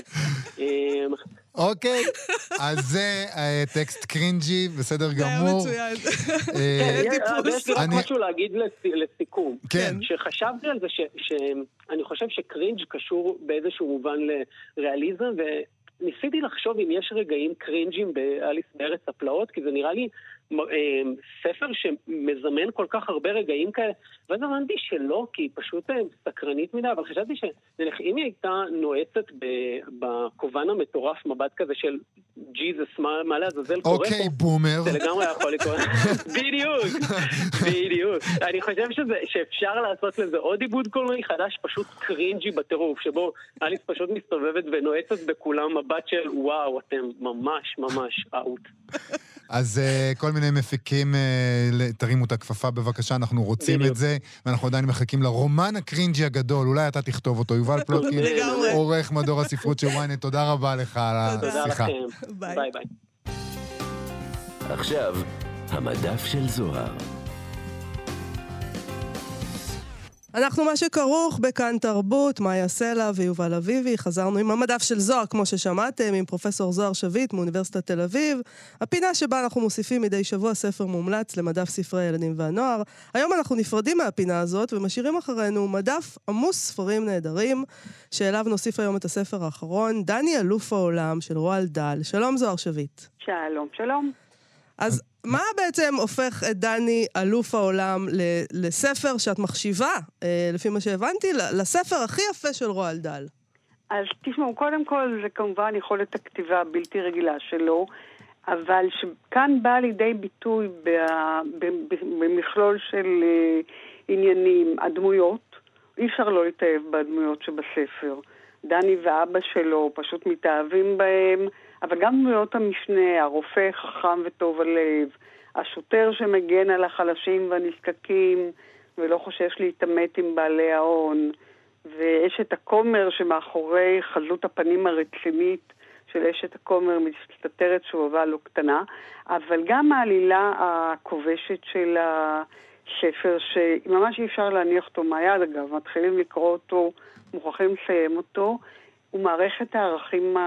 אוקיי, אז זה טקסט קרינג'י, בסדר גמור. זה היה מצוין. יש לי רק משהו להגיד לסיכום. שחשבתי על זה שאני חושב שקרינג' קשור באיזשהו מובן לריאליזם, וניסיתי לחשוב אם יש רגעים קרינג'ים באליס בארץ הפלאות, כי זה נראה לי ספר שמזמן כל כך הרבה רגעים כאלה, ואז אמרתי שלא, כי היא פשוט סקרנית מדי, אבל חשבתי שאם היא הייתה נועצת בכובן המטורף, מבט כזה של ג'יזוס, מה לעזאזל קורה פה? אוקיי, בומר. זה לגמרי יכול לקרות. בדיוק. אני חושב שאפשר לעשות לזה עוד עיבוד קולנועי חדש, פשוט קרינג'י בטירוף, שבו אליס פשוט מסתובבת ונועצת בכולם מבט של וואו, אתם ממש ממש אאוט. אז כל מיני מפיקים, תרימו את הכפפה בבקשה, אנחנו רוצים את זה, ואנחנו עדיין מחכים לרומן הקרינג'י הגדול, אולי אתה תכתוב אותו, יובל פלוטקין, עורך מדור הספרות של ynet, תודה רבה לך על השיחה. תודה לכם, ביי ביי. עכשיו, המדף של זוהר. אנחנו מה שכרוך בכאן תרבות, מאיה סלע ויובל אביבי. חזרנו עם המדף של זוהר, כמו ששמעתם, עם פרופסור זוהר שביט מאוניברסיטת תל אביב. הפינה שבה אנחנו מוסיפים מדי שבוע ספר מומלץ למדף ספרי הילדים והנוער. היום אנחנו נפרדים מהפינה הזאת ומשאירים אחרינו מדף עמוס ספרים נהדרים, שאליו נוסיף היום את הספר האחרון, דני אלוף העולם של רועל דל. שלום זוהר שביט. שלום. אז מה בעצם הופך את דני אלוף העולם לספר שאת מחשיבה, לפי מה שהבנתי, לספר הכי יפה של רועל דל? אז תשמעו, קודם כל זה כמובן יכולת הכתיבה הבלתי רגילה שלו, אבל שכאן בא לידי ביטוי במכלול של עניינים, הדמויות, אי אפשר לא להתאהב בדמויות שבספר. דני ואבא שלו פשוט מתאהבים בהם, אבל גם דמויות המשנה, הרופא חכם וטוב הלב, השוטר שמגן על החלשים והנזקקים ולא חושש להתעמת עם בעלי ההון, ואשת הכומר שמאחורי חזות הפנים הרצינית של אשת הכומר מסתתרת שובבה לא קטנה, אבל גם העלילה הכובשת של הספר, שממש אי אפשר להניח אותו מהיד, אגב, מתחילים לקרוא אותו, מוכרחים לסיים אותו, הוא מערכת הערכים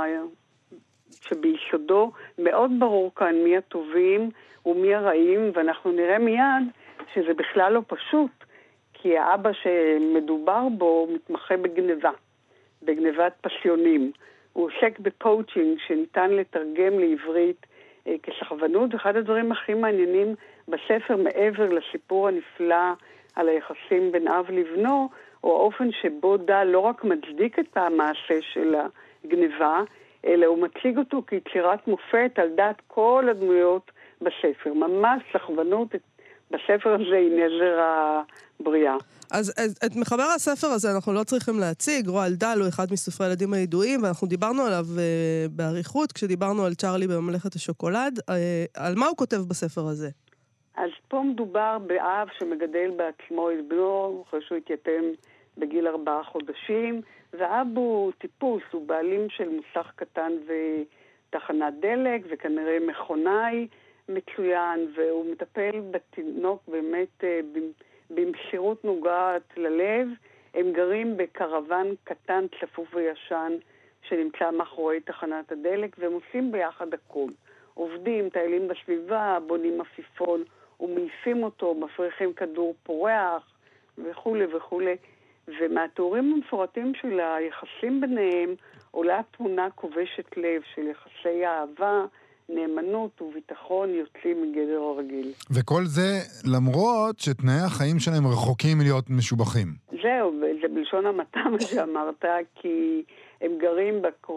שביסודו מאוד ברור כאן מי הטובים ומי הרעים, ואנחנו נראה מיד שזה בכלל לא פשוט, כי האבא שמדובר בו מתמחה בגנבת פסיונים. הוא עוסק בפואוצ'ינג שניתן לתרגם לעברית כסחבנות, ואחד הדברים הכי מעניינים בספר, מעבר לסיפור הנפלא על היחסים בין אב לבנו, הוא האופן שבו דל לא רק מצדיק את המעשה של הגניבה, אלא הוא מציג אותו כיצירת מופת על דעת כל הדמויות בספר. ממש סחבנות בספר הזה היא נזר הבריאה. אז את מחבר הספר הזה אנחנו לא צריכים להציג. רועל דל הוא אחד מסופרי הילדים הידועים, ואנחנו דיברנו עליו בעריכות, כשדיברנו על צ'רלי בממלכת השוקולד. על מה הוא כותב בספר הזה? אז פה מדובר באב שמגדל בעצמו את בנו, אחרי שהוא התייתם בגיל 4 חודשים, והאב הוא טיפוס, הוא בעלים של מוסך קטן ותחנת דלק, וכנראה מכונאי מצוין, והוא מטפל בתינוק באמת במסירות נוגעת ללב. הם גרים בקרוון קטן, צפוף וישן, שנמצא מאחורי תחנת הדלק, והם עושים ביחד הכל. עובדים, טיילים בסביבה, בונים עפיפון, ומעיפים אותו, מפריחים כדור פורח, וכו' וכו'. ומהתיאורים המפורטים של היחסים ביניהם, עולה תמונה כובשת לב של יחסי אהבה, נאמנות וביטחון יוצאים מגדר הרגיל. וכל זה למרות שתנאי החיים שלהם רחוקים מלהיות משובחים. זהו, זה בלשון המעטה מה שאמרת, כי הם גרים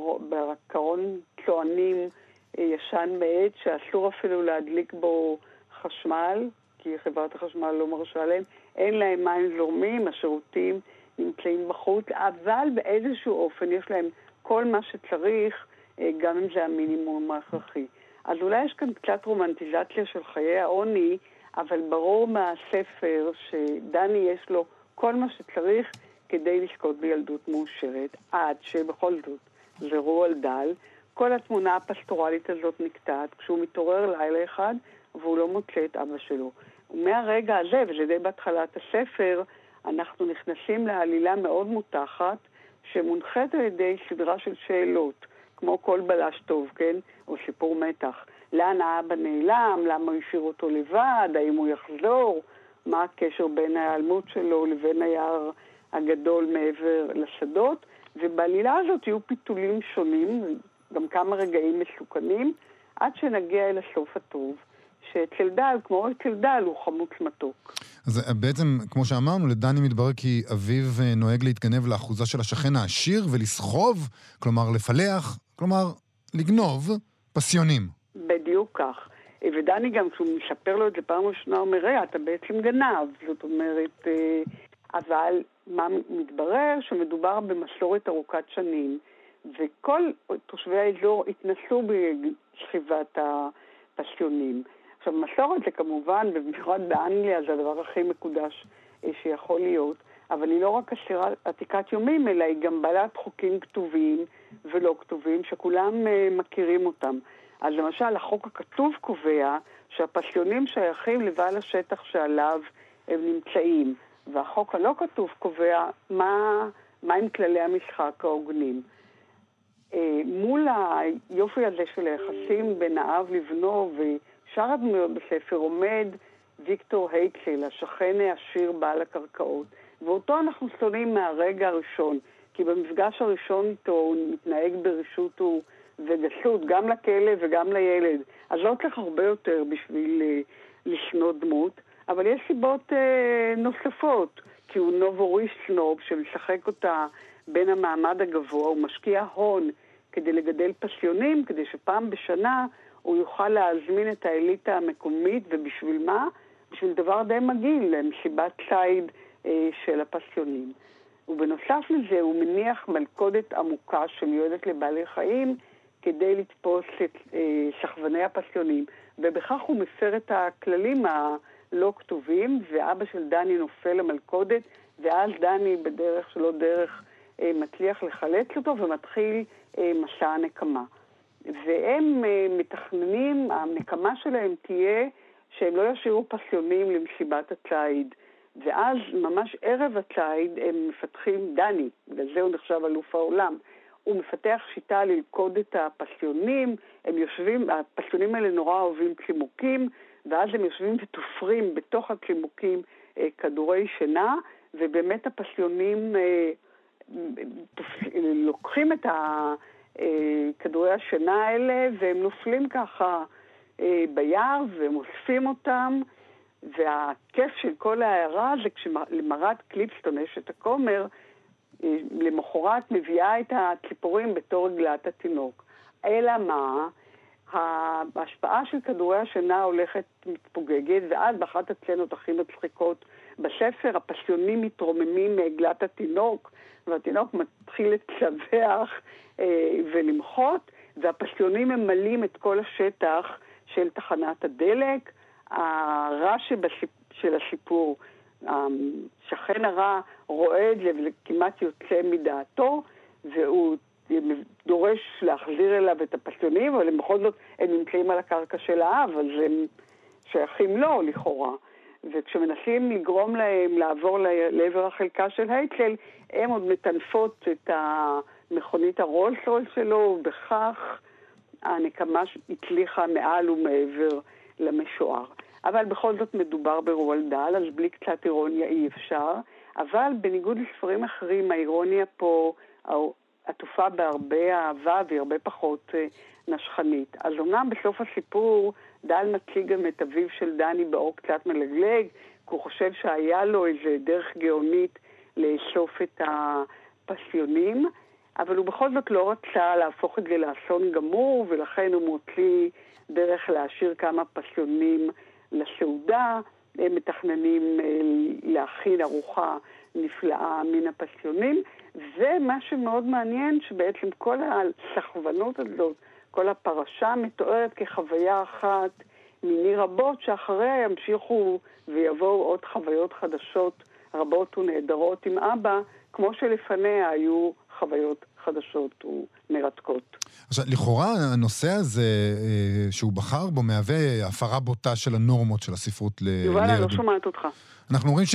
בקרון צוענים ישן מעט, שאסור אפילו להדליק בו חשמל, כי חברת החשמל לא מרשה להם, אין להם מים זורמים, השירותים נמצאים בחוץ, אבל באיזשהו אופן יש להם כל מה שצריך, גם אם זה המינימום ההכרחי. אז אולי יש כאן קצת רומנטיזציה של חיי העוני, אבל ברור מהספר שדני יש לו כל מה שצריך כדי לזכות בילדות מאושרת, עד שבכל זאת זרו על דל. כל התמונה הפסטורלית הזאת נקטעת כשהוא מתעורר לילה אחד והוא לא מוצא את אבא שלו. ומהרגע הזה, וזה די בהתחלת הספר, אנחנו נכנסים לעלילה מאוד מותחת, שמונחת על ידי סדרה של שאלות, כמו כל בלש טוב, כן? או סיפור מתח. לאן האבא נעלם? למה הוא השאיר אותו לבד? האם הוא יחזור? מה הקשר בין ההיעלמות שלו לבין היער הגדול מעבר לשדות? ובעלילה הזאת יהיו פיתולים שונים, גם כמה רגעים מסוכנים, עד שנגיע אל הסוף הטוב. שאצל דל, כמו אצל דל, הוא חמוץ מתוק. אז בעצם, כמו שאמרנו, לדני מתברר כי אביו נוהג להתגנב לאחוזה של השכן העשיר ולסחוב, כלומר לפלח, כלומר לגנוב פסיונים. בדיוק כך. ודני גם, כשהוא מספר לו את זה פעם ראשונה, אומר, אתה בעצם גנב. זאת אומרת, אבל מה מתברר? שמדובר במסורת ארוכת שנים, וכל תושבי האזור התנסו בשכיבת הפסיונים. עכשיו, מסורת זה כמובן, ובמיוחד באנגליה, זה הדבר הכי מקודש שיכול להיות, אבל היא לא רק עתיקת יומים, אלא היא גם בעלת חוקים כתובים ולא כתובים, שכולם מכירים אותם. אז למשל, החוק הכתוב קובע שהפסיונים שייכים לבעל השטח שעליו הם נמצאים, והחוק הלא כתוב קובע מה הם כללי המשחק ההוגנים. מול היופי הזה של היחסים בין האב לבנו ושאר הדמויות בספר עומד ויקטור הייצל, השכן העשיר בעל הקרקעות, ואותו אנחנו שונאים מהרגע הראשון, כי במפגש הראשון איתו הוא מתנהג ברשות וגסות, גם לכלב וגם לילד. אז לא צריך הרבה יותר בשביל לשנות דמות, אבל יש סיבות נוספות, כי הוא נובוריש סנוב שמשחק אותה בין המעמד הגבוה, הוא משקיע הון כדי לגדל פסיונים, כדי שפעם בשנה הוא יוכל להזמין את האליטה המקומית, ובשביל מה? בשביל דבר די מגעיל, למסיבת ציד של הפסיונים. ובנוסף לזה הוא מניח מלכודת עמוקה שמיועדת לבעלי חיים, כדי לתפוס את שכווני הפסיונים, ובכך הוא מפר את הכללים הלא כתובים, ואבא של דני נופל למלכודת, ואז דני בדרך שלא דרך מצליח לחלץ אותו ומתחיל מסע הנקמה. והם מתכננים, הנקמה שלהם תהיה שהם לא ישאירו פסיונים למסיבת הציד. ואז ממש ערב הציד הם מפתחים, דני, וזה הוא נחשב אלוף העולם, הוא מפתח שיטה ללכוד את הפסיונים, הם יושבים, הפסיונים האלה נורא אוהבים צימוקים, ואז הם יושבים ותופרים בתוך הצימוקים כדורי שינה, ובאמת הפסיונים לוקחים את כדורי השינה האלה, והם נופלים ככה ביער, והם אוספים אותם, והכיף של כל העיירה זה כשלמרת קליפסטון, אשת הכומר, למחרת מביאה את הציפורים בתור רגלת התינוק. אלא מה? ההשפעה של כדורי השינה הולכת מתפוגגת, ואז באחת הסצנות הכי מצחיקות בספר, הפסיונים מתרוממים מעגלת התינוק, והתינוק מתחיל לצווח ולמחות, והפסיונים ממלאים את כל השטח של תחנת הדלק, הרע של הסיפור, השכן הרע רואה את זה וכמעט יוצא מדעתו, והוא דורש להחזיר אליו את הפסיונים, אבל בכל זאת הם נמצאים על הקרקע של האב, אז הם שייכים לו לכאורה. וכשמנסים לגרום להם לעבור לעבר החלקה של הייצל, הם עוד מטנפות את המכונית הרולס רויס שלו, ובכך הנקמה הצליחה מעל ומעבר למשוער. אבל בכל זאת מדובר ברואלד דהל, אז בלי קצת אירוניה אי אפשר. אבל בניגוד לספרים אחרים, האירוניה פה עטופה בהרבה אהבה והיא הרבה פחות נשכנית. אז אומנם בסוף הסיפור דהל מציג גם את אביו של דני באור קצת מלגלג, כי הוא חושב שהיה לו איזה דרך גאונית לאסוף את הפסיונים, אבל הוא בכל זאת לא רצה להפוך את זה לאסון גמור, ולכן הוא מוציא דרך להשאיר כמה פסיונים לסעודה. הם מתכננים להכין ארוחה נפלאה מן הפסיונים, ומה שמאוד מעניין שבעצם כל הסחבנות הזאת, כל הפרשה מתוארת כחוויה אחת מיני רבות, שאחריה ימשיכו ויבואו עוד חוויות חדשות רבות ונהדרות עם אבא, כמו שלפניה היו חוויות חדשות ומרתקות. עכשיו, לכאורה הנושא הזה שהוא בחר בו מהווה הפרה בוטה של הנורמות של הספרות לילדים. יובל, אני לא שומעת אותך. אנחנו אומרים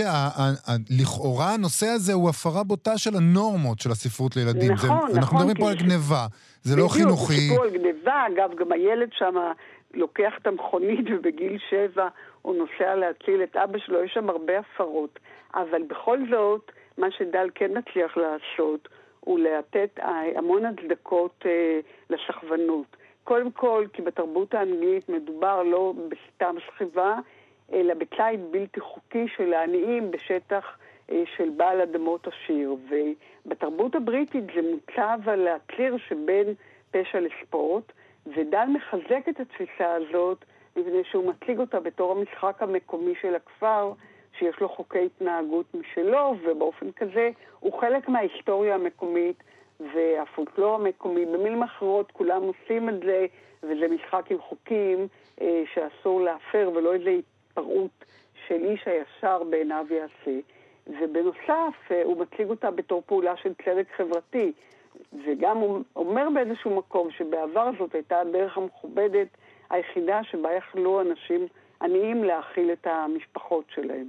שלכאורה הנושא הזה הוא הפרה בוטה של הנורמות של הספרות לילדים. נכון. אנחנו מדברים פה על גניבה, זה לא חינוכי. בדיוק, הוא סיפור על גניבה, אגב, גם הילד שם לוקח את המכונית ובגיל 7 הוא נוסע להציל את אבא שלו, יש שם הרבה הפרות. אבל בכל זאת, מה שדל כן מצליח לעשות, הוא לתת המון הצדקות לשכוונות. קודם כל, כי בתרבות האנגלית מדובר לא בסתם שכיבה, אלא בצייד בלתי חוקי של העניים בשטח של בעל אדמות עשיר. ובתרבות הבריטית זה מוצב על הציר שבין פשע לספורט, ודל מחזק את התפיסה הזאת, מפני שהוא מציג אותה בתור המשחק המקומי של הכפר, שיש לו חוקי התנהגות משלו, ובאופן כזה הוא חלק מההיסטוריה המקומית והפולקלור המקומי. במילים אחרות כולם עושים את זה, וזה משחק עם חוקים שאסור להפר, ולא איזה התפרעות של איש הישר בעיניו יעשה. ובנוסף הוא מציג אותה בתור פעולה של צדק חברתי, וגם הוא אומר באיזשהו מקום שבעבר זאת הייתה הדרך המכובדת היחידה שבה יכלו אנשים עניים להאכיל את המשפחות שלהם.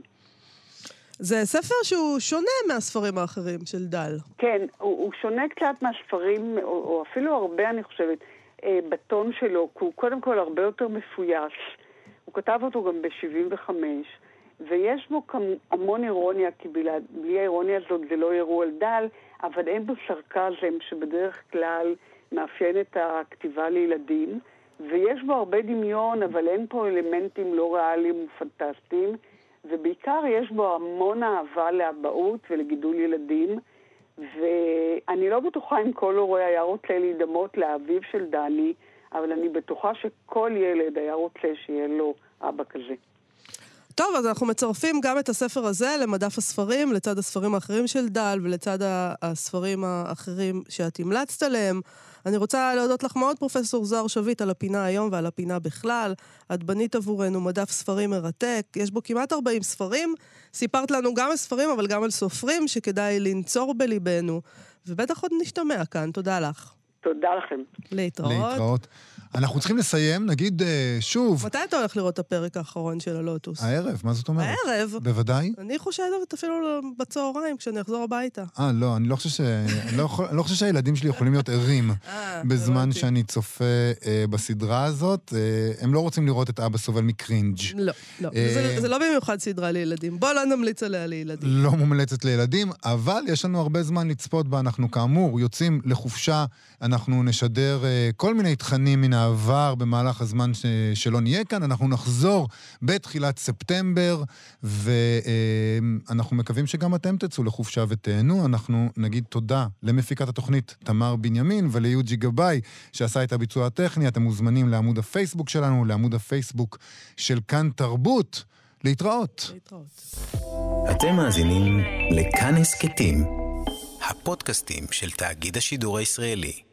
זה ספר שהוא שונה מהספרים האחרים של דל. כן, הוא שונה קצת מהספרים, או אפילו הרבה אני חושבת, בטון שלו, כי הוא קודם כל הרבה יותר מפויס. הוא כתב אותו גם ב-75, ויש בו המון אירוניה, כי בלי האירוניה הזאת זה לא יראו על דל, אבל אין בו סרקזם שבדרך כלל מאפיין את הכתיבה לילדים, ויש בו הרבה דמיון, אבל אין פה אלמנטים לא ריאליים ופנטסטיים, ובעיקר יש בו המון אהבה לאבהות ולגידול ילדים, ואני לא בטוחה אם כל הורה היה רוצה להידמות לאביו של דני, אבל אני בטוחה שכל ילד היה רוצה שיהיה לו אבא כזה. טוב, אז אנחנו מצרפים גם את הספר הזה למדף הספרים, לצד הספרים האחרים של דל ולצד הספרים האחרים שאת המלצת עליהם. אני רוצה להודות לך מאוד, פרופסור זוהר שביט, על הפינה היום ועל הפינה בכלל. את בנית עבורנו מדף ספרים מרתק, יש בו כמעט 40 ספרים. סיפרת לנו גם על ספרים, אבל גם על סופרים שכדאי לנצור בליבנו. ובטח עוד נשתמע כאן. תודה לך. תודה לכם. להתראות. אנחנו צריכים לסיים, נגיד שוב. מתי אתה הולך לראות את הפרק האחרון של הלוטוס? הערב, מה זאת אומרת? הערב? בוודאי. אני חושבת אפילו בצהריים, כשאני אחזור הביתה. לא, אני לא חושב שהילדים שלי יכולים להיות ערים בזמן שאני צופה בסדרה הזאת. הם לא רוצים לראות את אבא סובל מקרינג'. לא. זה לא במיוחד סדרה לילדים. בוא לא נמליץ עליה לילדים. לא מומלצת לילדים, אבל יש לנו הרבה זמן לצפות בה. אנחנו כאמור יוצאים לחופשה, אנחנו נשדר כל מיני תכנים מן העבר במהלך הזמן שלא נהיה כאן. אנחנו נחזור בתחילת ספטמבר, ואנחנו מקווים שגם אתם תצאו לחופשה ותהנו. אנחנו נגיד תודה למפיקת התוכנית תמר בנימין וליוג'י גבאי שעשה את הביצוע הטכני. אתם מוזמנים לעמוד הפייסבוק שלנו, לעמוד הפייסבוק של כאן תרבות. להתראות. אתם מאזינים לכאן הסכתים, הפודקאסטים של תאגיד השידור הישראלי.